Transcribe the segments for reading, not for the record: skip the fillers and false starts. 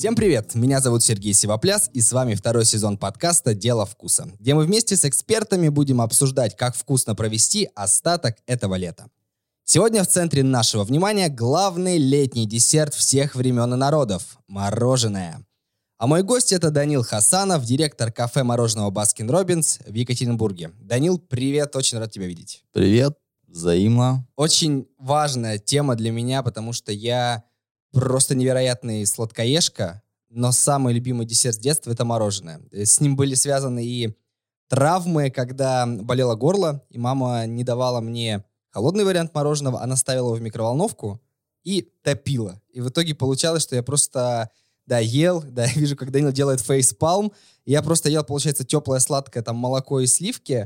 Всем привет! Меня зовут Сергей Сивопляс, и с вами второй сезон подкаста «Дело вкуса», где мы вместе с экспертами будем обсуждать, как вкусно провести остаток этого лета. Сегодня в центре нашего внимания главный летний десерт всех времен и народов – мороженое. А мой гость – это Данил Хасанов, директор кафе мороженого Баскин Роббинс в Екатеринбурге. Данил, привет, очень рад тебя видеть. Привет, взаимно. Очень важная тема для меня, потому что я просто невероятный сладкоежка, но самый любимый десерт с детства – это мороженое. С ним были связаны и травмы, когда болело горло, и мама не давала мне холодный вариант мороженого, она ставила его в микроволновку и топила. И в итоге получалось, что я просто, ел, я вижу, как Данил делает фейспалм, и я просто ел, получается, теплое, сладкое, там, молоко и сливки,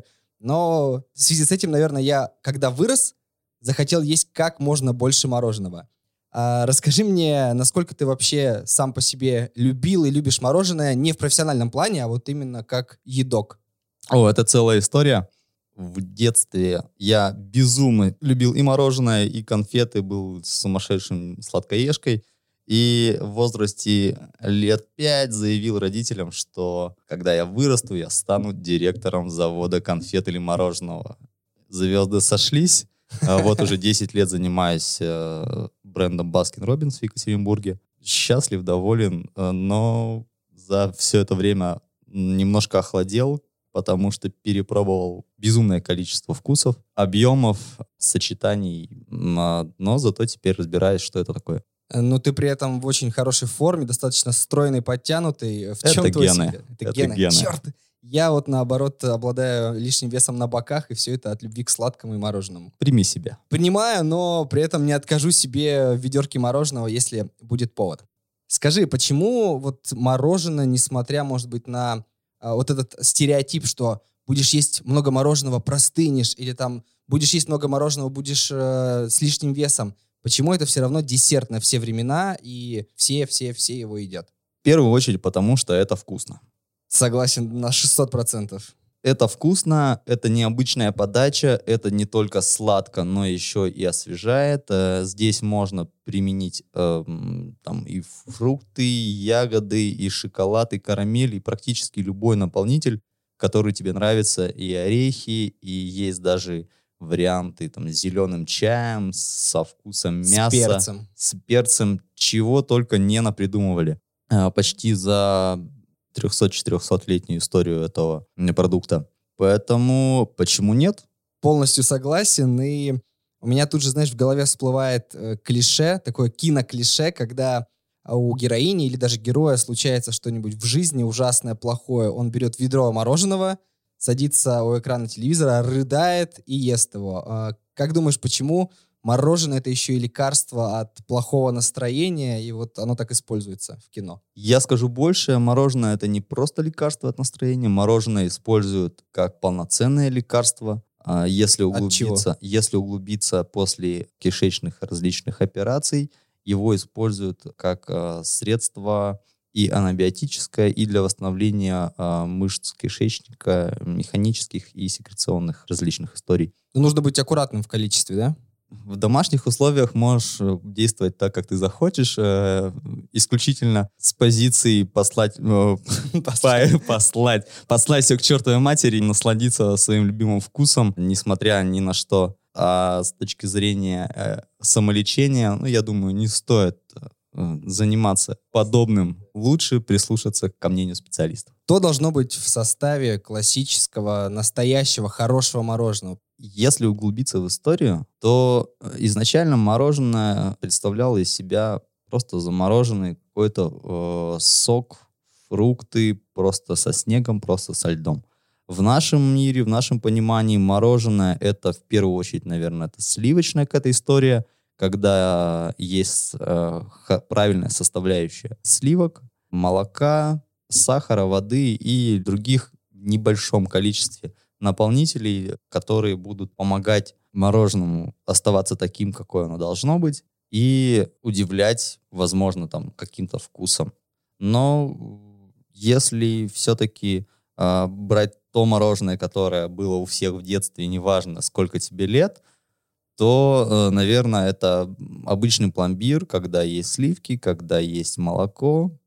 но в связи с этим, наверное, я, когда вырос, захотел есть как можно больше мороженого. Расскажи мне, насколько ты вообще сам по себе любил и любишь мороженое не в профессиональном плане, а вот именно как едок. Это целая история. В детстве я безумно любил и мороженое, и конфеты, был сумасшедшим сладкоежкой. И в возрасте лет 5 заявил родителям, что когда я вырасту, я стану директором завода конфет или мороженого. Звезды сошлись. Вот уже 10 лет занимаюсь брендом Баскин Роббинс в Екатеринбурге. Счастлив, доволен, но за все это время немножко охладел, потому что перепробовал безумное количество вкусов, объемов, сочетаний, но зато теперь разбираюсь, что это такое. Но ты при этом в очень хорошей форме, достаточно стройный, подтянутый. В чем это твой гены. секрет? Это гены. Черт! Я вот, наоборот, обладаю лишним весом на боках, и все это от любви к сладкому и мороженому. Прими себя. Принимаю, но при этом не откажу себе в ведерке мороженого, если будет повод. Скажи, почему вот мороженое, несмотря, может быть, на вот этот стереотип, что будешь есть много мороженого, простынешь, или там будешь есть много мороженого, будешь с лишним весом, почему это все равно десерт на все времена, и все его едят? В первую очередь, потому что это вкусно. Согласен на 600%. Это вкусно, это необычная подача, это не только сладко, но еще и освежает. Здесь можно применить там и фрукты, и ягоды, и шоколад, и карамель, и практически любой наполнитель, который тебе нравится, и орехи, и есть даже варианты там, с зеленым чаем, со вкусом мяса, с перцем, чего только не напридумывали. Почти за 300-400-летнюю историю этого продукта. Поэтому почему нет? Полностью согласен. И у меня тут же, знаешь, в голове всплывает клише, такое киноклише, когда у героини или даже героя случается что-нибудь в жизни ужасное, плохое. Он берет ведро мороженого, садится у экрана телевизора, рыдает и ест его. Как думаешь, почему мороженое — это еще и лекарство от плохого настроения, и вот оно так используется в кино? Я скажу больше. Мороженое — это не просто лекарство от настроения. Мороженое используют как полноценное лекарство. Если углубиться после кишечных различных операций, его используют как средство и анабиотическое, и для восстановления мышц кишечника, механических и секреционных различных историй. Нужно быть аккуратным в количестве, да? В домашних условиях можешь действовать так, как ты захочешь, исключительно с позиции послать все к чертовой матери и насладиться своим любимым вкусом, несмотря ни на что. А с точки зрения самолечения, я думаю, не стоит заниматься подобным. Лучше прислушаться ко мнению специалистов. Что должно быть в составе классического, настоящего, хорошего мороженого? Если углубиться в историю, то изначально мороженое представляло из себя просто замороженный какой-то сок, фрукты, просто со снегом, просто со льдом. В нашем мире, в нашем понимании мороженое — это в первую очередь, наверное, это сливочная какая-то история, когда есть правильная составляющая сливок, молока, сахара, воды и других в небольшом количестве наполнителей, которые будут помогать мороженому оставаться таким, какое оно должно быть, и удивлять, возможно, там каким-то вкусом. Но если все-таки брать то мороженое, которое было у всех в детстве, неважно, сколько тебе лет, то, наверное, это обычный пломбир, когда есть сливки, когда есть молоко,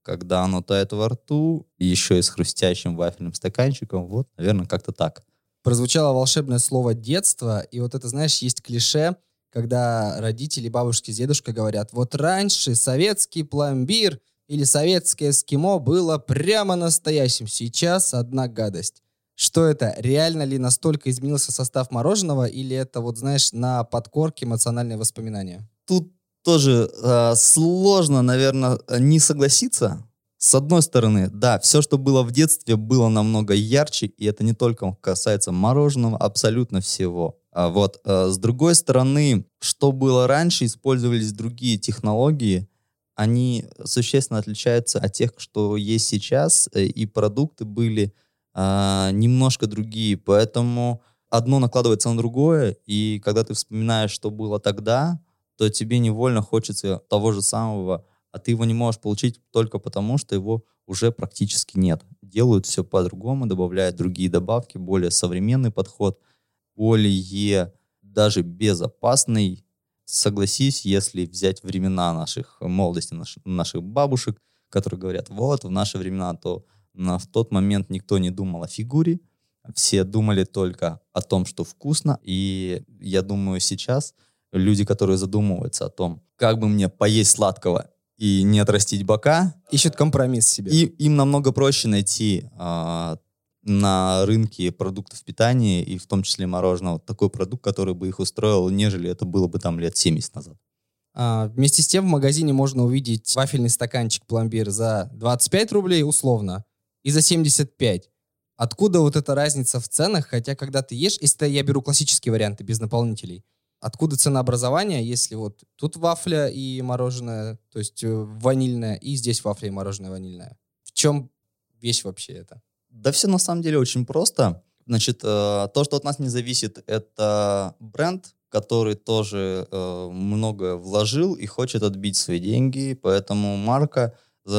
когда оно тает во рту, и еще и с хрустящим вафельным стаканчиком, вот, наверное, как-то так. Прозвучало волшебное слово «детство», и вот это, знаешь, есть клише, когда родители, бабушки, дедушка говорят, вот раньше советский пломбир или советское эскимо было прямо настоящим, сейчас одна гадость. Что это? Реально ли настолько изменился состав мороженого, или это, вот знаешь, на подкорке эмоциональные воспоминания? Тут тоже сложно, наверное, не согласиться. С одной стороны, да, все, что было в детстве, было намного ярче, и это не только касается мороженого, абсолютно всего. С другой стороны, что было раньше, использовались другие технологии, они существенно отличаются от тех, что есть сейчас, и продукты были немножко другие, поэтому одно накладывается на другое, и когда ты вспоминаешь, что было тогда, то тебе невольно хочется того же самого, а ты его не можешь получить только потому, что его уже практически нет. Делают все по-другому, добавляют другие добавки, более современный подход, более даже безопасный. Согласись, если взять времена наших молодости, наших бабушек, которые говорят, вот, в наши времена, то в тот момент никто не думал о фигуре, все думали только о том, что вкусно, и я думаю, сейчас люди, которые задумываются о том, как бы мне поесть сладкого и не отрастить бока, Ищут компромисс себе. и им намного проще найти на рынке продуктов питания, и в том числе мороженого, такой продукт, который бы их устроил, нежели это было бы там лет 70 назад. Вместе с тем в магазине можно увидеть вафельный стаканчик пломбир за 25 рублей условно и за 75. Откуда вот эта разница в ценах? Хотя, когда ты ешь, если я беру классические варианты без наполнителей, откуда ценообразование, если вот тут вафля и мороженое, то есть ванильное, и здесь вафля и мороженое ванильное? В чем вещь вообще это? Да все на самом деле очень просто. Значит, то, что от нас не зависит, это бренд, который тоже многое вложил и хочет отбить свои деньги, поэтому марка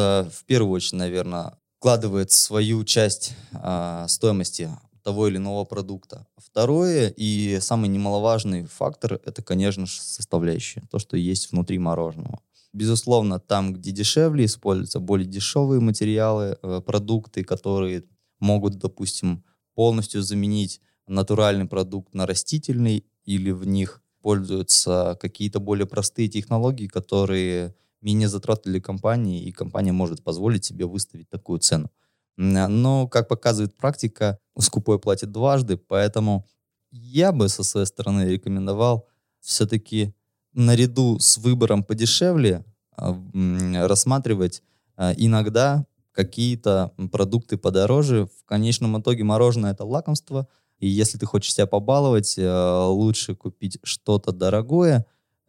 в первую очередь, наверное, вкладывает свою часть стоимости того или иного продукта. Второе и самый немаловажный фактор — это, конечно же, составляющие, то, что есть внутри мороженого. Безусловно, там, где дешевле, используются более дешевые материалы, продукты, которые могут, допустим, полностью заменить натуральный продукт на растительный, или в них пользуются какие-то более простые технологии, которые менее затратны для компании, и компания может позволить себе выставить такую цену. Но, как показывает практика, скупой платит дважды, поэтому я бы со своей стороны рекомендовал все-таки наряду с выбором подешевле рассматривать иногда какие-то продукты подороже. В конечном итоге мороженое — это лакомство, и если ты хочешь себя побаловать, лучше купить что-то дорогое,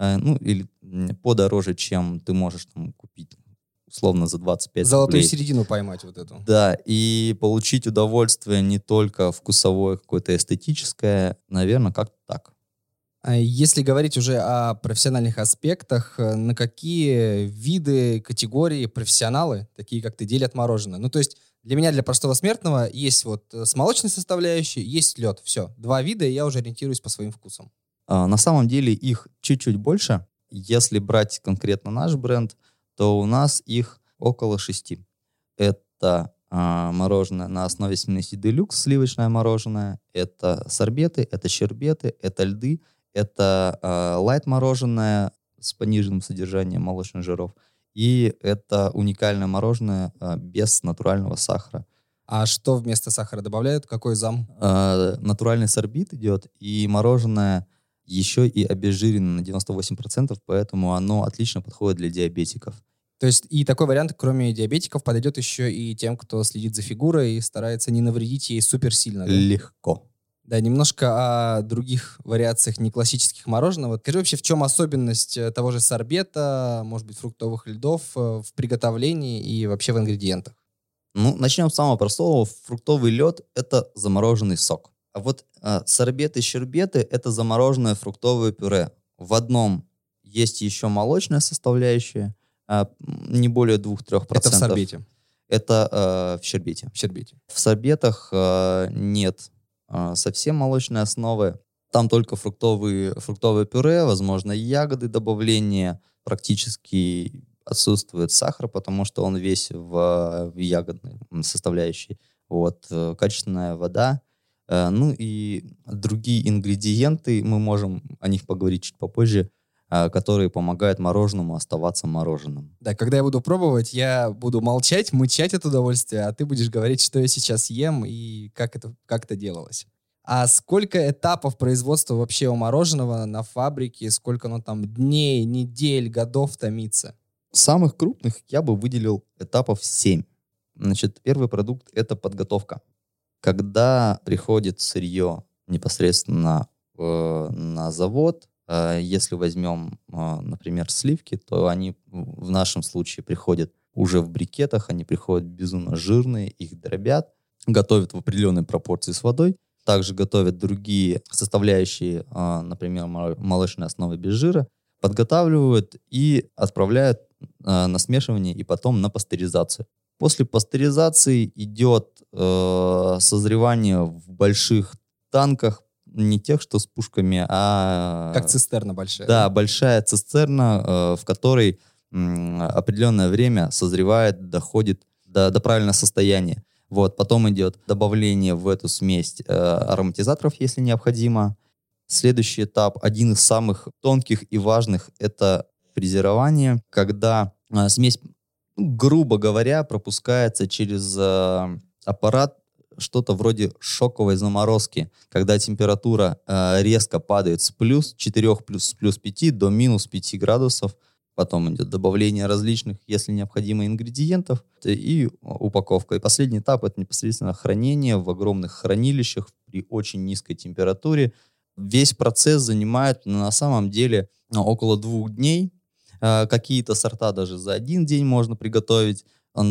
или подороже, чем ты можешь там купить условно за 25 Золотую рублей. середину поймать вот эту. Да, и получить удовольствие не только вкусовое, какое-то эстетическое, наверное, как-то так. Если говорить уже о профессиональных аспектах, на какие виды, категории профессионалы, такие как ты, делят мороженое? Ну, то есть для меня, для простого смертного, есть вот с молочной составляющей, есть лед. Все, два вида, и я уже ориентируюсь по своим вкусам. На самом деле их чуть-чуть больше. Если брать конкретно наш бренд, то у нас их около 6. Это мороженое на основе смеси делюкс, сливочное мороженое, это сорбеты, это щербеты, это льды, это лайт-мороженое с пониженным содержанием молочных жиров, и это уникальное мороженое без натурального сахара. А что вместо сахара добавляют? Какой зам? Натуральный сорбит идет, и мороженое еще и обезжирено на 98%, поэтому оно отлично подходит для диабетиков. То есть и такой вариант, кроме диабетиков, подойдет еще и тем, кто следит за фигурой и старается не навредить ей супер сильно. Да? Легко. Да, немножко о других вариациях неклассических мороженого. Скажи вообще, в чем особенность того же сорбета, может быть, фруктовых льдов в приготовлении и вообще в ингредиентах? Начнем с самого простого. Фруктовый лед — это замороженный сок. А вот сорбеты и щербеты — это замороженное фруктовое пюре. В одном есть еще молочная составляющая, не более 2-3%. Это в сорбете? Это в щербете. В щербете. В сорбетах нет совсем молочной основы. Там только фруктовое пюре, возможно, ягоды добавления, практически отсутствует сахар, потому что он весь в ягодной составляющей. Вот, качественная вода. Ну и другие ингредиенты, мы можем о них поговорить чуть попозже, которые помогают мороженому оставаться мороженым. Да, когда я буду пробовать, я буду молчать, мычать от удовольствия, а ты будешь говорить, что я сейчас ем и как это делалось. А сколько этапов производства вообще у мороженого на фабрике? Сколько оно там дней, недель, годов томится? Самых крупных я бы выделил этапов 7. Значит, первый продукт — это подготовка. Когда приходит сырье непосредственно на завод, если возьмем, например, сливки, то они в нашем случае приходят уже в брикетах, они приходят безумно жирные, их дробят, готовят в определенной пропорции с водой, также готовят другие составляющие, например, молочной основы без жира, подготавливают и отправляют на смешивание и потом на пастеризацию. После пастеризации идет созревание в больших танках, не тех, что с пушками, а... Как цистерна большая. Да, большая цистерна, в которой определенное время созревает, доходит до правильного состояния. Вот, потом идет добавление в эту смесь ароматизаторов, если необходимо. Следующий этап, один из самых тонких и важных, это фрезерование, когда смесь, грубо говоря, пропускается через аппарат, что-то вроде шоковой заморозки, когда температура резко падает с плюс 4, плюс 5 до минус 5 градусов. Потом идет добавление различных, если необходимо, ингредиентов и упаковка. И последний этап — это непосредственно хранение в огромных хранилищах при очень низкой температуре. Весь процесс занимает на самом деле около 2 дней. Какие-то сорта даже за 1 день можно приготовить,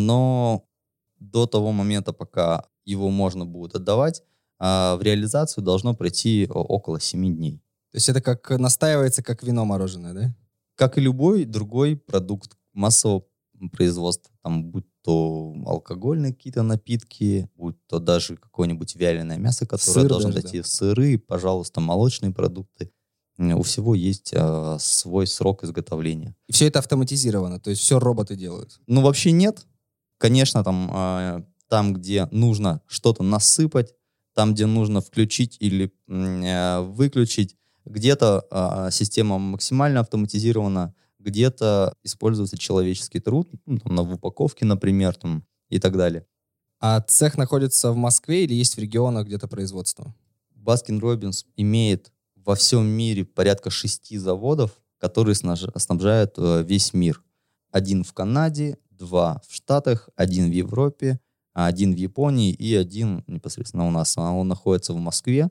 но до того момента, пока его можно будет отдавать, в реализацию должно пройти около 7 дней. То есть это как настаивается, как вино мороженое, да? Как и любой другой продукт массового производства, там, будь то алкогольные какие-то напитки, будь то даже какое-нибудь вяленое мясо, которое должно дойти, сыры, пожалуйста, молочные продукты. У всего есть свой срок изготовления. И все это автоматизировано, то есть все роботы делают? Ну, вообще нет. Конечно, там, где нужно что-то насыпать, там, где нужно включить или выключить, где-то система максимально автоматизирована, где-то используется человеческий труд, в упаковке, например, и так далее. А цех находится в Москве или есть в регионах где-то производство? Баскин-Роббинс имеет во всем мире порядка 6 заводов, которые снабжают весь мир. 1 в Канаде, 2 в Штатах, 1 в Европе, 1 в Японии и 1 непосредственно у нас. Он находится в Москве,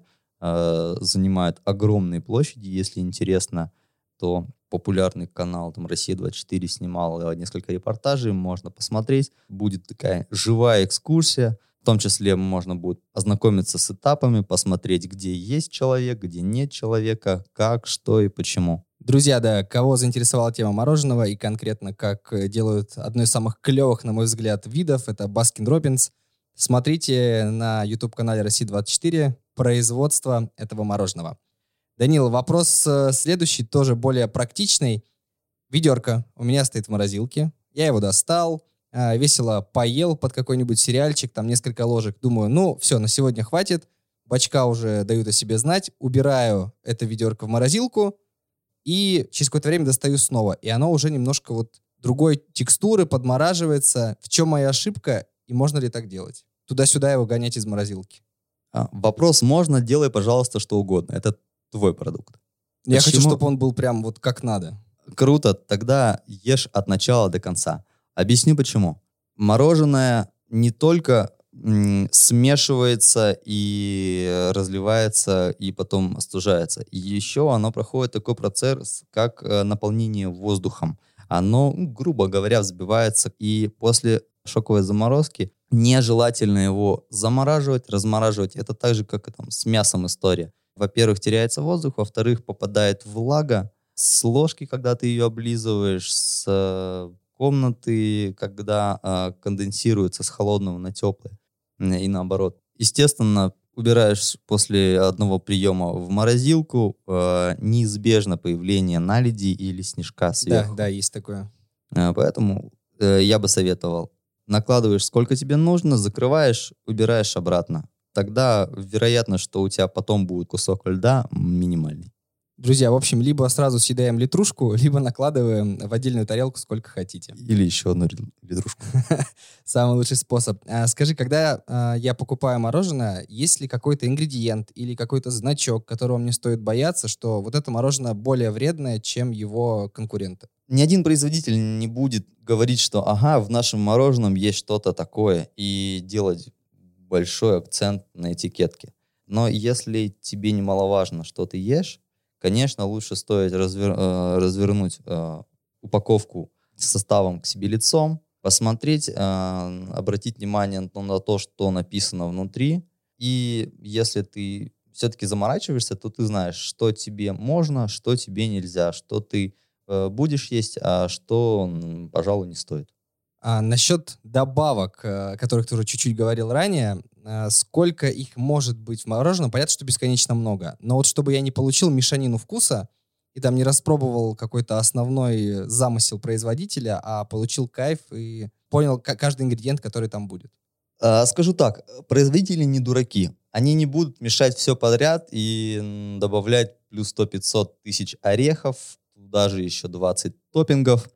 занимает огромные площади. Если интересно, то популярный канал «Россия-24» снимал несколько репортажей, можно посмотреть. Будет такая живая экскурсия. В том числе можно будет ознакомиться с этапами, посмотреть, где есть человек, где нет человека, как, что и почему. Друзья, да, кого заинтересовала тема мороженого и конкретно как делают одно из самых клевых, на мой взгляд, видов, это Баскин-Роббинс, смотрите на YouTube-канале «Россия-24» производство этого мороженого. Данил, вопрос следующий, тоже более практичный. Ведерко у меня стоит в морозилке, я его достал, весело поел под какой-нибудь сериальчик, там несколько ложек. Думаю, все, на сегодня хватит, бачка уже дают о себе знать, убираю это ведерко в морозилку и через какое-то время достаю снова. И оно уже немножко другой текстуры, подмораживается. В чем моя ошибка и можно ли так делать? Туда-сюда его гонять из морозилки. Вопрос можно, делай, пожалуйста, что угодно. Это твой продукт. Я хочу, чтобы он был прям как надо. Круто, тогда ешь от начала до конца. Объясню почему. Мороженое не только смешивается и разливается, и потом остужается. И еще оно проходит такой процесс, как наполнение воздухом. Оно, грубо говоря, взбивается, и после шоковой заморозки нежелательно его замораживать, размораживать. Это так же, как и с мясом история. Во-первых, теряется воздух, во-вторых, попадает влага с ложки, когда ты ее облизываешь, с комнаты, когда конденсируется с холодного на теплое, и наоборот. Естественно, убираешь после одного приема в морозилку, неизбежно появление наледи или снежка сверху. Да, есть такое. Поэтому я бы советовал: накладываешь сколько тебе нужно, закрываешь, убираешь обратно. Тогда вероятно, что у тебя потом будет кусок льда минимальный. Друзья, в общем, либо сразу съедаем литрушку, либо накладываем в отдельную тарелку сколько хотите. Или еще одну литрушку. Самый лучший способ. Скажи, когда я покупаю мороженое, есть ли какой-то ингредиент или какой-то значок, которого мне стоит бояться, что вот это мороженое более вредное, чем его конкуренты? Ни один производитель не будет говорить, что ага, в нашем мороженом есть что-то такое, и делать большой акцент на этикетке. Но если тебе немаловажно, что ты ешь, конечно, лучше стоит развернуть упаковку с составом к себе лицом, посмотреть, обратить внимание на то, что написано внутри. И если ты все-таки заморачиваешься, то ты знаешь, что тебе можно, что тебе нельзя, что ты будешь есть, а что, пожалуй, не стоит. Насчет добавок, о которых ты уже чуть-чуть говорил ранее, сколько их может быть в мороженом, понятно, что бесконечно много. Но вот чтобы я не получил мешанину вкуса и там не распробовал какой-то основной замысел производителя, а получил кайф и понял каждый ингредиент, который там будет. Скажу так, производители не дураки. Они не будут мешать все подряд и добавлять плюс 100-500 тысяч орехов, даже еще 20 топпингов.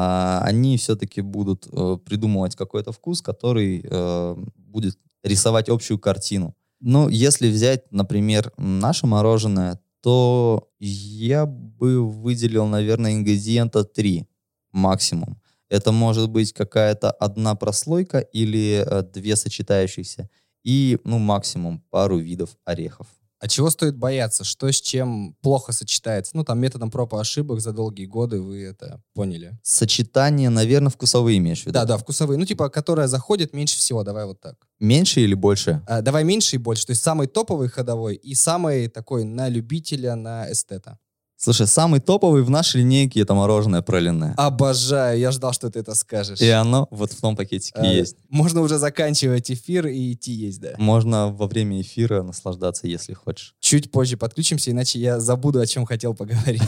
Они все-таки будут придумывать какой-то вкус, который будет рисовать общую картину. Но если взять, например, наше мороженое, то я бы выделил, наверное, ингредиента 3 максимум. Это может быть какая-то одна прослойка или 2 сочетающихся. И, максимум пару видов орехов. А чего стоит бояться? Что с чем плохо сочетается? Там методом проб и ошибок за долгие годы вы это поняли. Сочетания, наверное, вкусовые имеешь в виду? Да, вкусовые. Которая заходит меньше всего. Давай вот так. Меньше или больше? Давай меньше и больше. То есть самый топовый ходовой и самый такой на любителя, на эстета. Слушай, самый топовый в нашей линейке — это мороженое пралине. Обожаю, я ждал, что ты это скажешь. И оно вот в том пакетике есть. Можно уже заканчивать эфир и идти есть, да. Можно во время эфира наслаждаться, если хочешь. Чуть позже подключимся, иначе я забуду, о чем хотел поговорить.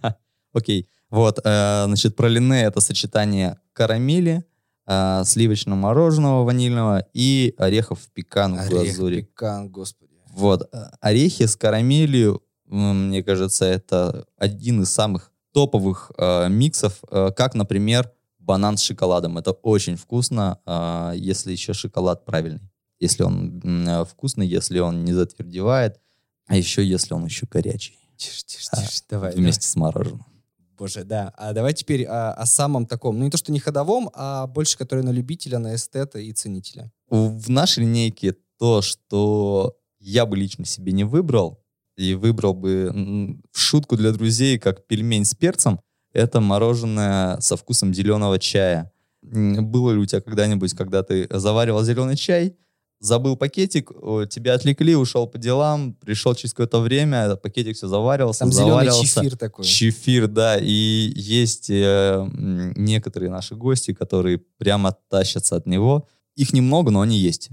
Окей. Вот, значит, пралине — это сочетание карамели, сливочного мороженого ванильного и орехов пекан в глазури. Орех пекан, господи. Вот, орехи с карамелью, мне кажется, это один из самых топовых миксов, как, например, банан с шоколадом. Это очень вкусно, если еще шоколад правильный. Если он вкусный, если он не затвердевает, а еще если он еще горячий. Тише, давай. Вместе с мороженым. Боже, да. А давай теперь о самом таком, не то что не ходовом, а больше, который на любителя, на эстета и ценителя. В нашей линейке то, что я бы лично себе не выбрал, и выбрал бы в шутку для друзей, как пельмень с перцем, это мороженое со вкусом зеленого чая. Было ли у тебя когда-нибудь, когда ты заваривал зеленый чай, забыл пакетик, тебя отвлекли, ушел по делам, пришел через какое-то время, этот пакетик все заваривался. Там зеленый чефир такой. Чефир, да. И есть некоторые наши гости, которые прямо тащатся от него. Их немного, но они есть.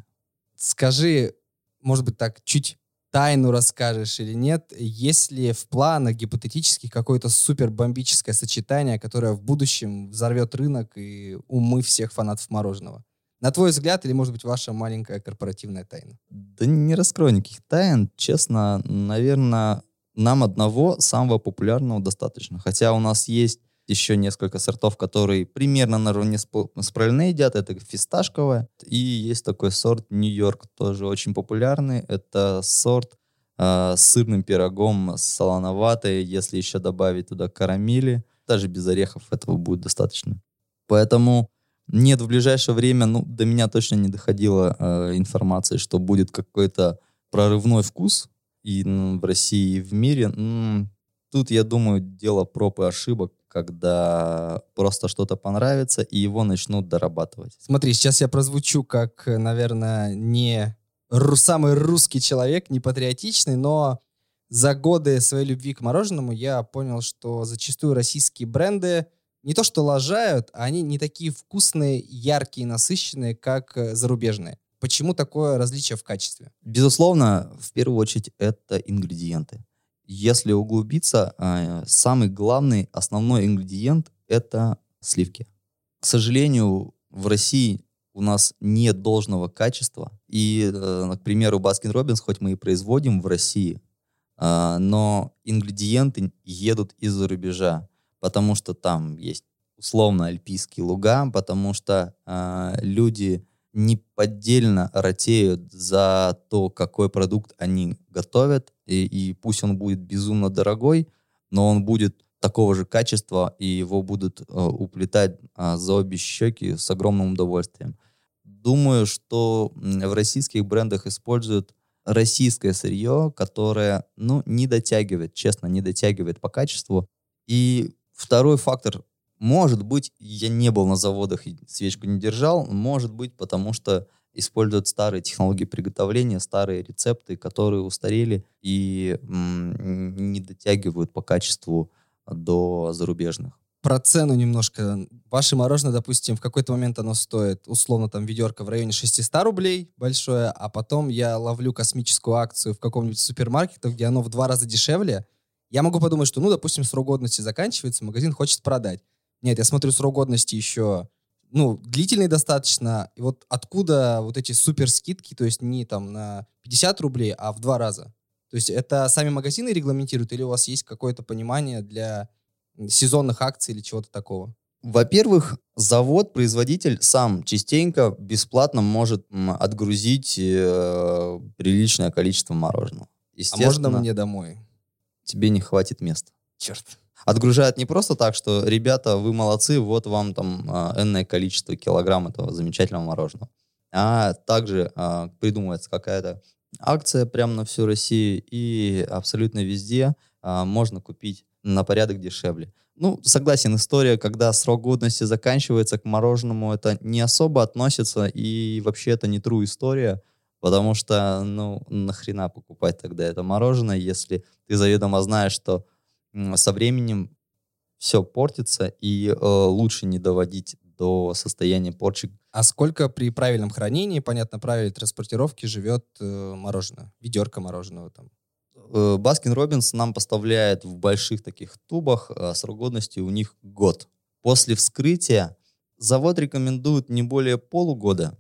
Скажи, может быть, так чуть тайну расскажешь или нет, есть ли в планах гипотетически какое-то супер бомбическое сочетание, которое в будущем взорвет рынок и умы всех фанатов мороженого? На твой взгляд, или, может быть, ваша маленькая корпоративная тайна? Да не раскрою никаких тайн. Честно, наверное, нам одного самого популярного достаточно. Хотя у нас есть еще несколько сортов, которые примерно наравне с пралине едят. Это фисташковое. И есть такой сорт Нью-Йорк, тоже очень популярный. Это сорт с сырным пирогом, солоноватый. Если еще добавить туда карамели, даже без орехов этого будет достаточно. Поэтому нет, в ближайшее время, до меня точно не доходила информация, что будет какой-то прорывной вкус и в России, и в мире. Тут, я думаю, дело проб и ошибок, когда просто что-то понравится, и его начнут дорабатывать. Смотри, сейчас я прозвучу как, наверное, не самый русский человек, не патриотичный, но за годы своей любви к мороженому я понял, что зачастую российские бренды не то что лажают, а они не такие вкусные, яркие, насыщенные, как зарубежные. Почему такое различие в качестве? Безусловно, в первую очередь, это ингредиенты. Если углубиться, самый главный, основной ингредиент — это сливки. К сожалению, в России у нас нет должного качества. И, к примеру, Баскин Роббинс, хоть мы и производим в России, но ингредиенты едут из-за рубежа, потому что там есть условно альпийские луга, потому что люди неподдельно ратеют за то, какой продукт они готовят, и пусть он будет безумно дорогой, но он будет такого же качества, и его будут уплетать за обе щеки с огромным удовольствием. Думаю, что в российских брендах используют российское сырье, которое, не дотягивает, честно, не дотягивает по качеству. И второй фактор, может быть, я не был на заводах и свечку не держал, может быть, потому что используют старые технологии приготовления, старые рецепты, которые устарели и не дотягивают по качеству до зарубежных. Про цену немножко. Ваше мороженое, допустим, в какой-то момент оно стоит, условно, там, ведерко в районе 600 рублей большое, а потом я ловлю космическую акцию в каком-нибудь супермаркете, где оно в 2 раза дешевле. Я могу подумать, что, допустим, срок годности заканчивается, магазин хочет продать. Нет, я смотрю, срок годности еще, длительный достаточно. И вот откуда вот эти супер скидки, то есть не там на 50 рублей, а в 2 раза? То есть это сами магазины регламентируют или у вас есть какое-то понимание для сезонных акций или чего-то такого? Во-первых, завод, производитель сам частенько бесплатно может отгрузить приличное количество мороженого. А можно мне домой? Тебе не хватит места. Черт. Отгружают не просто так, что ребята, вы молодцы, вот вам там энное количество килограмм этого замечательного мороженого. А также придумывается какая-то акция прямо на всю Россию, и абсолютно везде можно купить на порядок дешевле. Согласен, история, когда срок годности заканчивается к мороженому, это не особо относится, и вообще это не true история, потому что, нахрена покупать тогда это мороженое, если ты заведомо знаешь, что со временем все портится, и лучше не доводить до состояния порчи. А сколько при правильном хранении, понятно, правильной транспортировке живет мороженое? Ведерко мороженого там? Баскин Роббинс нам поставляет в больших таких тубах, срок годности у них год. После вскрытия завод рекомендует не более полугода,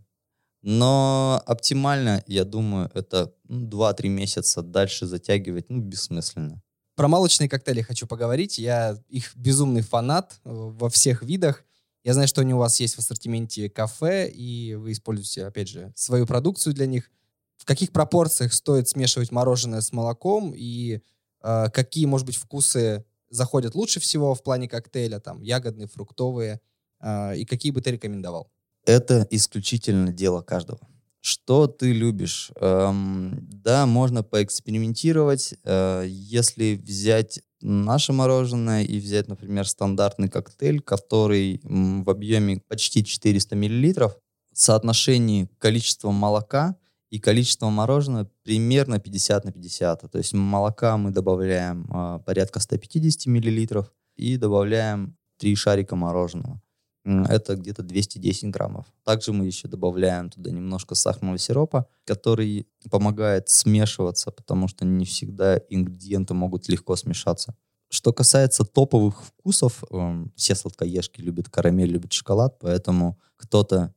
но оптимально, я думаю, это 2-3 месяца. Дальше затягивать бессмысленно. Про молочные коктейли хочу поговорить. Я их безумный фанат во всех видах. Я знаю, что они у вас есть в ассортименте кафе, и вы используете, опять же, свою продукцию для них. В каких пропорциях стоит смешивать мороженое с молоком, и какие, может быть, вкусы заходят лучше всего в плане коктейля, там, ягодные, фруктовые, и какие бы ты рекомендовал? Это исключительно дело каждого. Что ты любишь? Да, можно поэкспериментировать. Если взять наше мороженое и взять, например, стандартный коктейль, который в объеме почти 400 мл, в соотношении количества молока и количество мороженого примерно 50 на 50. То есть молока мы добавляем порядка 150 мл и добавляем 3 шарика мороженого. Это где-то 210 граммов. Также мы еще добавляем туда немножко сахарного сиропа, который помогает смешиваться, потому что не всегда ингредиенты могут легко смешаться. Что касается топовых вкусов, все сладкоежки любят карамель, любят шоколад, поэтому кто-то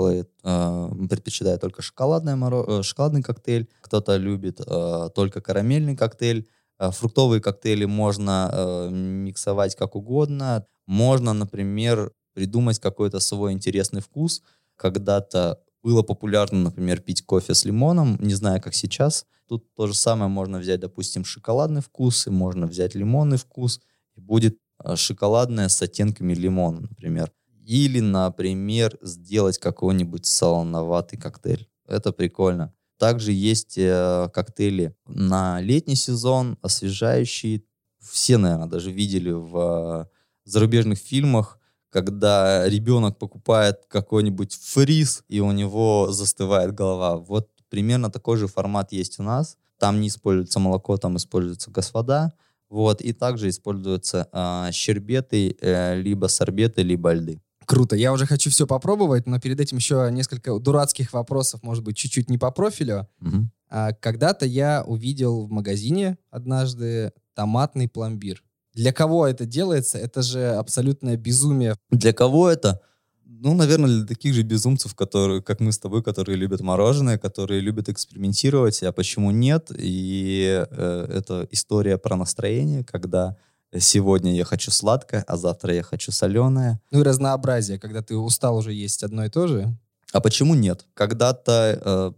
предпочитает только шоколадный коктейль, кто-то любит только карамельный коктейль. Фруктовые коктейли можно миксовать как угодно. Можно, например, придумать какой-то свой интересный вкус. Когда-то было популярно, например, пить кофе с лимоном, не знаю, как сейчас. Тут то же самое можно взять, допустим, шоколадный вкус, и можно взять лимонный вкус, и будет шоколадное с оттенками лимона, например. Или, например, сделать какой-нибудь солоноватый коктейль. Это прикольно. Также есть коктейли на летний сезон, освежающие. Все, наверное, даже видели в зарубежных фильмах, когда ребенок покупает какой-нибудь фриз, и у него застывает голова. Вот примерно такой же формат есть у нас. Там не используется молоко, там используется газ-вода. И также используются щербеты, либо сорбеты, либо льды. Круто. Я уже хочу все попробовать, но перед этим еще несколько дурацких вопросов, может быть, чуть-чуть не по профилю. Угу. Когда-то я увидел в магазине однажды томатный пломбир. Для кого это делается? Это же абсолютное безумие. Для кого это? Ну, наверное, для таких же безумцев, которые, как мы с тобой, которые любят мороженое, которые любят экспериментировать, а почему нет? И это история про настроение, когда сегодня я хочу сладкое, а завтра я хочу соленое. Ну и разнообразие, когда ты устал уже есть одно и то же. А почему нет? Когда-то,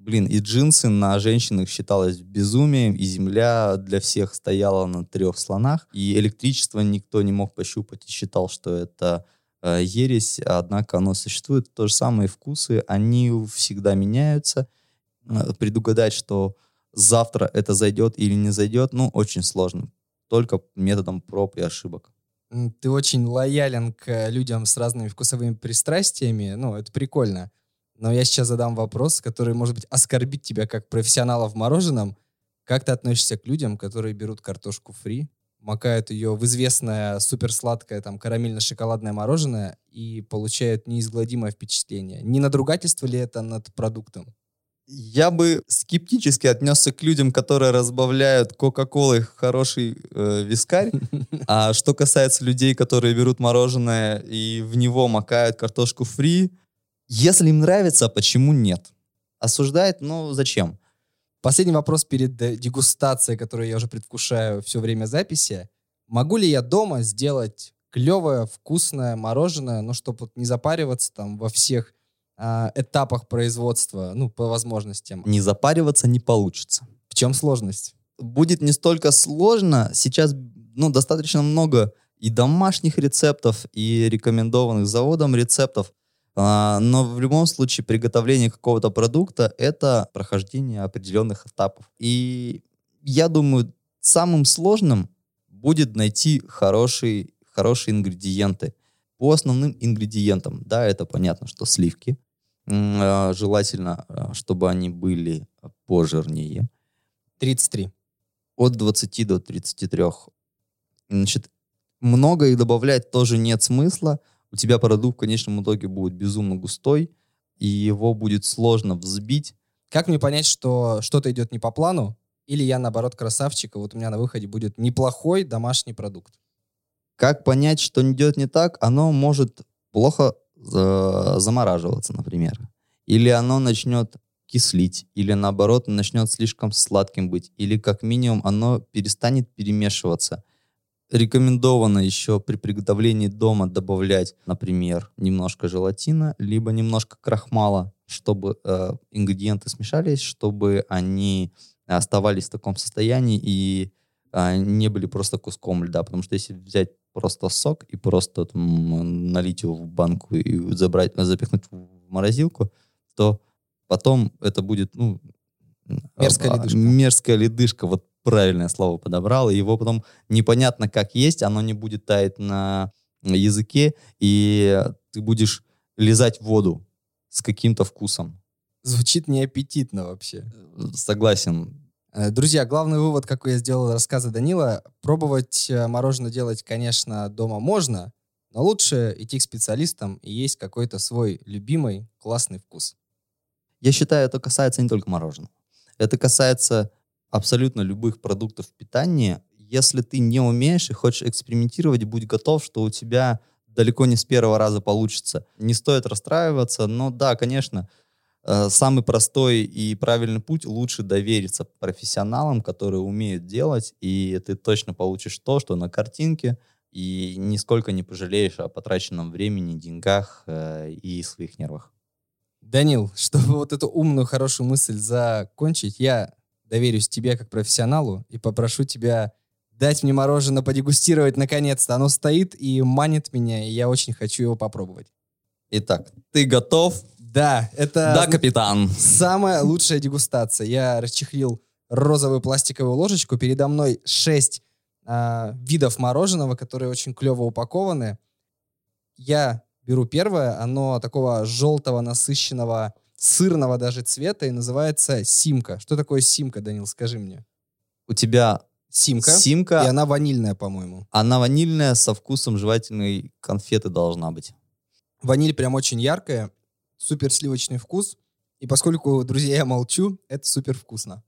и джинсы на женщинах считалось безумием, и земля для всех стояла на 3 слонах, и электричество никто не мог пощупать и считал, что это ересь, однако оно существует. То же самое и вкусы, они всегда меняются. Предугадать, что завтра это зайдет или не зайдет, очень сложно. Только методом проб и ошибок. Ты очень лоялен к людям с разными вкусовыми пристрастиями. Ну, это прикольно. Но я сейчас задам вопрос, который, может быть, оскорбит тебя как профессионала в мороженом. Как ты относишься к людям, которые берут картошку фри, макают ее в известное суперсладкое там карамельно-шоколадное мороженое и получают неизгладимое впечатление? Не надругательство ли это над продуктом? Я бы скептически отнесся к людям, которые разбавляют Кока-Колой хороший вискарь. А что касается людей, которые берут мороженое и в него макают картошку фри, если им нравится, почему нет? Осуждает, зачем? Последний вопрос перед дегустацией, которую я уже предвкушаю все время записи. Могу ли я дома сделать клевое, вкусное мороженое, чтобы не запариваться там во всех этапах производства, по возможностям? Не запариваться не получится. В чем сложность? Будет не столько сложно. Сейчас достаточно много и домашних рецептов, и рекомендованных заводом рецептов. Но в любом случае приготовление какого-то продукта — это прохождение определенных этапов. И я думаю, самым сложным будет найти хорошие ингредиенты. По основным ингредиентам, да, это понятно, что сливки. Желательно, чтобы они были пожирнее. 33. От 20 до 33. Значит, много их добавлять тоже нет смысла. У тебя продукт в конечном итоге будет безумно густой, и его будет сложно взбить. Как мне понять, что что-то идет не по плану, или я, наоборот, красавчик, и вот у меня на выходе будет неплохой домашний продукт? Как понять, что идет не так? Оно может плохо замораживаться, например. Или оно начнет кислить, или наоборот начнет слишком сладким быть, или как минимум оно перестанет перемешиваться. Рекомендовано еще при приготовлении дома добавлять, например, немножко желатина, либо немножко крахмала, чтобы ингредиенты смешались, чтобы они оставались в таком состоянии и не были просто куском льда. Потому что если взять просто сок и просто налить его в банку и запихнуть в морозилку, то потом это будет мерзкая ледышка. Мерзкая ледышка, вот правильное слово подобрал, и его потом непонятно как есть, оно не будет таять на языке, и ты будешь лизать воду с каким-то вкусом. Звучит неаппетитно вообще. Согласен. Друзья, главный вывод, какой я сделал из рассказа Данила, пробовать мороженое делать, конечно, дома можно, но лучше идти к специалистам и есть какой-то свой любимый классный вкус. Я считаю, это касается не только мороженого. Это касается абсолютно любых продуктов питания. Если ты не умеешь и хочешь экспериментировать, будь готов, что у тебя далеко не с первого раза получится. Не стоит расстраиваться, но да, конечно, самый простой и правильный путь — лучше довериться профессионалам, которые умеют делать, и ты точно получишь то, что на картинке, и нисколько не пожалеешь о потраченном времени, деньгах и своих нервах. Данил, чтобы вот эту умную, хорошую мысль закончить, я доверюсь тебе как профессионалу и попрошу тебя дать мне мороженое подегустировать наконец-то. Оно стоит и манит меня, и я очень хочу его попробовать. Итак, ты готов? Да, это Да, капитан. самая лучшая дегустация. Я расчехлил розовую пластиковую ложечку. Передо мной 6 видов мороженого, которые очень клево упакованы. Я беру первое, оно такого желтого, насыщенного, сырного даже цвета и называется Симка. Что такое Симка, Данил, скажи мне? У тебя Симка, Симка, и она ванильная, по-моему. она ванильная, со вкусом жевательной конфеты должна быть. Ваниль прям очень яркая, супер сливочный вкус. И поскольку, друзья, я молчу, это супер вкусно.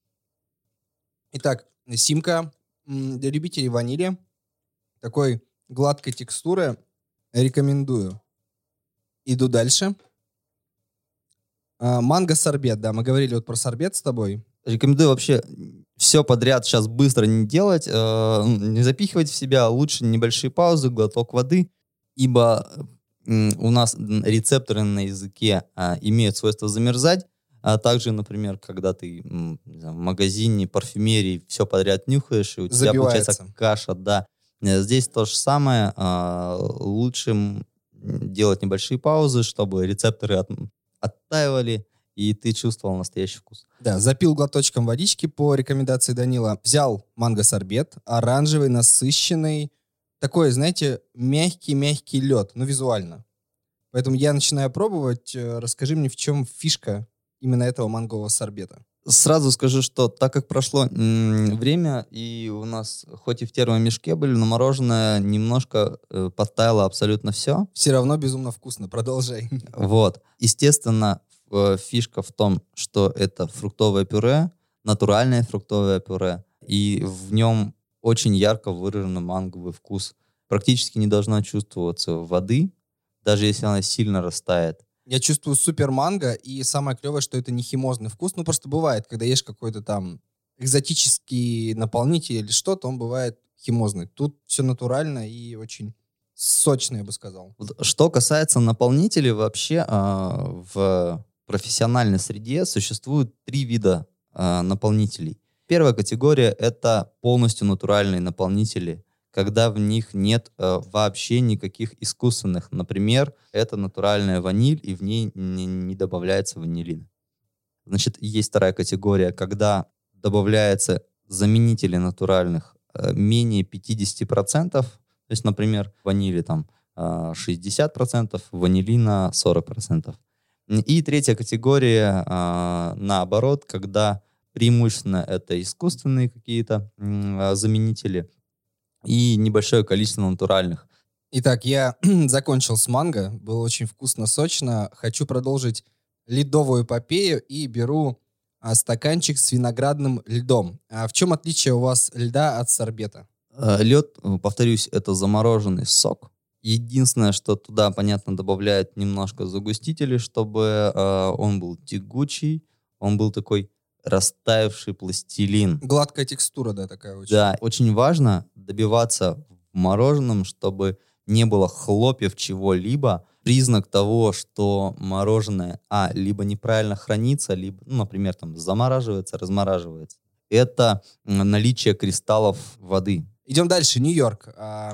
Итак, Симка для любителей ванили. Такой гладкой текстуры. Рекомендую. Иду дальше. Манго-сорбет, да, мы говорили вот про сорбет с тобой. Рекомендую вообще все подряд сейчас быстро не делать, не запихивать в себя, лучше небольшие паузы, глоток воды, ибо у нас рецепторы на языке имеют свойство замерзать, а также, например, когда ты не знаю, в магазине, парфюмерии все подряд нюхаешь, и у тебя получается каша, да. Здесь то же самое, лучше делать небольшие паузы, чтобы рецепторы оттаивали, и ты чувствовал настоящий вкус. Да, запил глоточком водички по рекомендации Данила. Взял манго-сорбет, оранжевый, насыщенный. Такой, знаете, мягкий-мягкий лед, ну, визуально. Поэтому я начинаю пробовать. Расскажи мне, в чем фишка именно этого мангового сорбета. Сразу скажу, что так как прошло время, и у нас хоть и в термомешке были, но мороженое немножко подтаяло абсолютно все. Все равно безумно вкусно. Продолжай. Вот. Естественно, фишка в том, что это фруктовое пюре, натуральное фруктовое пюре, и в нем очень ярко выраженный манговый вкус. Практически не должно чувствоваться воды, даже если она сильно растает. Я чувствую супер манго, и самое клевое, что это не химозный вкус. Ну, просто бывает, когда ешь какой-то там экзотический наполнитель или что-то, он бывает химозный. Тут все натурально и очень сочно, я бы сказал. Что касается наполнителей, вообще в профессиональной среде существует 3 вида наполнителей. Первая категория — это полностью натуральные наполнители, когда в них нет вообще никаких искусственных. Например, это натуральная ваниль, и в ней не добавляется ванилин. Значит, есть вторая категория, когда добавляются заменители натуральных менее 50%, то есть, например, ванили там 60%, ванилина 40%. И третья категория, наоборот, когда преимущественно это искусственные какие-то заменители и небольшое количество натуральных. Итак, я закончил с манго. Было очень вкусно, сочно. Хочу продолжить ледовую эпопею и беру стаканчик с виноградным льдом. В чем отличие у вас льда от сорбета? Лед, повторюсь, это замороженный сок. Единственное, что туда, понятно, добавляют немножко загустителей, чтобы он был тягучий, он был такой растаявший пластилин. Гладкая текстура, да, такая очень. Да, очень важно добиваться в мороженом, чтобы не было хлопьев чего-либо. Признак того, что мороженое, либо неправильно хранится, либо, например, там замораживается, размораживается. Это наличие кристаллов воды. Идем дальше. Нью-Йорк.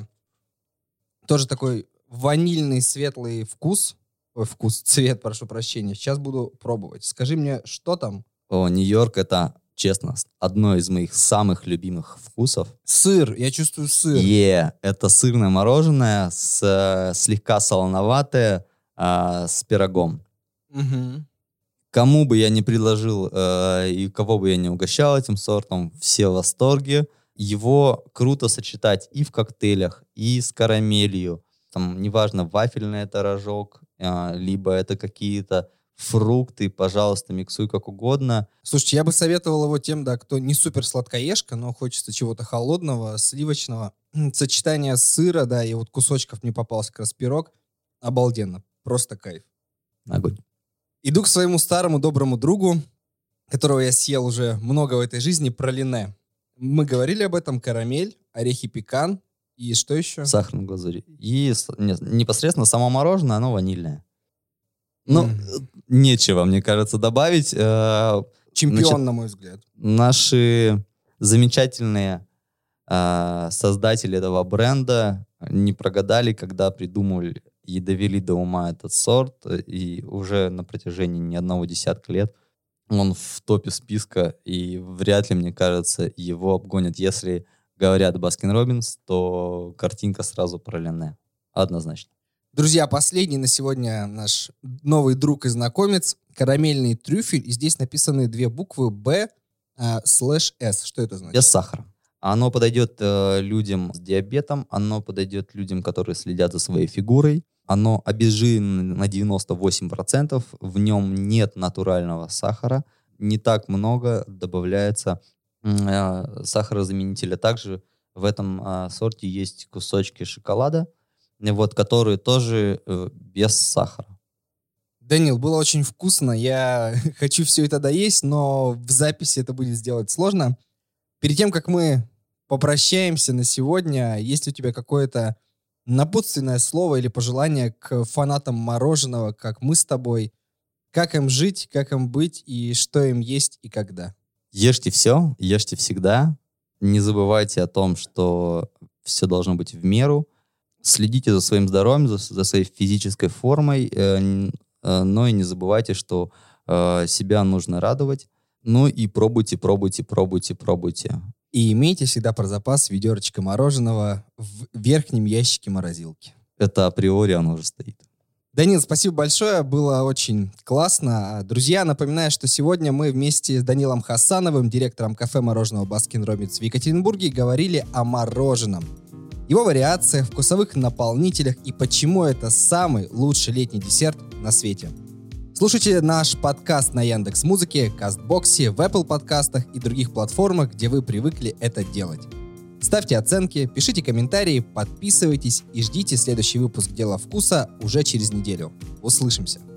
Тоже такой ванильный светлый вкус. Цвет, прошу прощения. Сейчас буду пробовать. Скажи мне, что там? Нью-Йорк — это, честно, одно из моих самых любимых вкусов. Сыр. Я чувствую сыр. Это сырное мороженое, слегка солоноватое, с пирогом. Угу. Кому бы я ни предложил и кого бы я ни угощал этим сортом, все в восторге. Его круто сочетать и в коктейлях, и с карамелью. Там, неважно, вафельный это рожок, либо это какие-то фрукты, пожалуйста, миксуй как угодно. Слушайте, я бы советовал его тем, да, кто не супер сладкоежка, но хочется чего-то холодного, сливочного. Сочетание сыра, да, и вот кусочков мне попался как раз пирог. Обалденно. Просто кайф. Огонь. Иду к своему старому доброму другу, которого я съел уже много в этой жизни, пралине. Мы говорили об этом. Карамель, орехи пекан и что еще? Сахарной глазури. И непосредственно само мороженое, оно ванильное. Ну, нечего, мне кажется, добавить. Чемпион, на мой взгляд. Наши замечательные создатели этого бренда не прогадали, когда придумали и довели до ума этот сорт. И уже на протяжении не одного десятка лет он в топе списка, и вряд ли, мне кажется, его обгонят. Если говорят Баскин Роббинс, то картинка сразу пралине. Однозначно. Друзья, последний на сегодня наш новый друг и знакомец. Карамельный трюфель. И здесь написаны 2 буквы B/S. Что это значит? Без сахара. Оно подойдет людям с диабетом, оно подойдет людям, которые следят за своей фигурой. Оно обезжирено на 98%, в нем нет натурального сахара, не так много добавляется сахарозаменителя. Также в этом сорте есть кусочки шоколада, вот, которые тоже без сахара. Данил, было очень вкусно. Я хочу все это доесть, но в записи это будет сделать сложно. Перед тем, как мы попрощаемся на сегодня, есть ли у тебя какое-то напутственное слово или пожелание к фанатам мороженого, как мы с тобой? Как им жить, как им быть и что им есть и когда? Ешьте все, ешьте всегда. Не забывайте о том, что все должно быть в меру. Следите за своим здоровьем, за своей физической формой, но и не забывайте, что себя нужно радовать. Ну и пробуйте. И имейте всегда про запас ведерочка мороженого в верхнем ящике морозилки. Это априори оно уже стоит. Данил, спасибо большое, было очень классно. Друзья, напоминаю, что сегодня мы вместе с Данилом Хасановым, директором кафе мороженого Баскин-Роббинс в Екатеринбурге, говорили о мороженом, его вариациях, вкусовых наполнителях и почему это самый лучший летний десерт на свете. Слушайте наш подкаст на Яндекс.Музыке, Кастбоксе, в Apple подкастах и других платформах, где вы привыкли это делать. Ставьте оценки, пишите комментарии, подписывайтесь и ждите следующий выпуск «Дела вкуса» уже через неделю. Услышимся!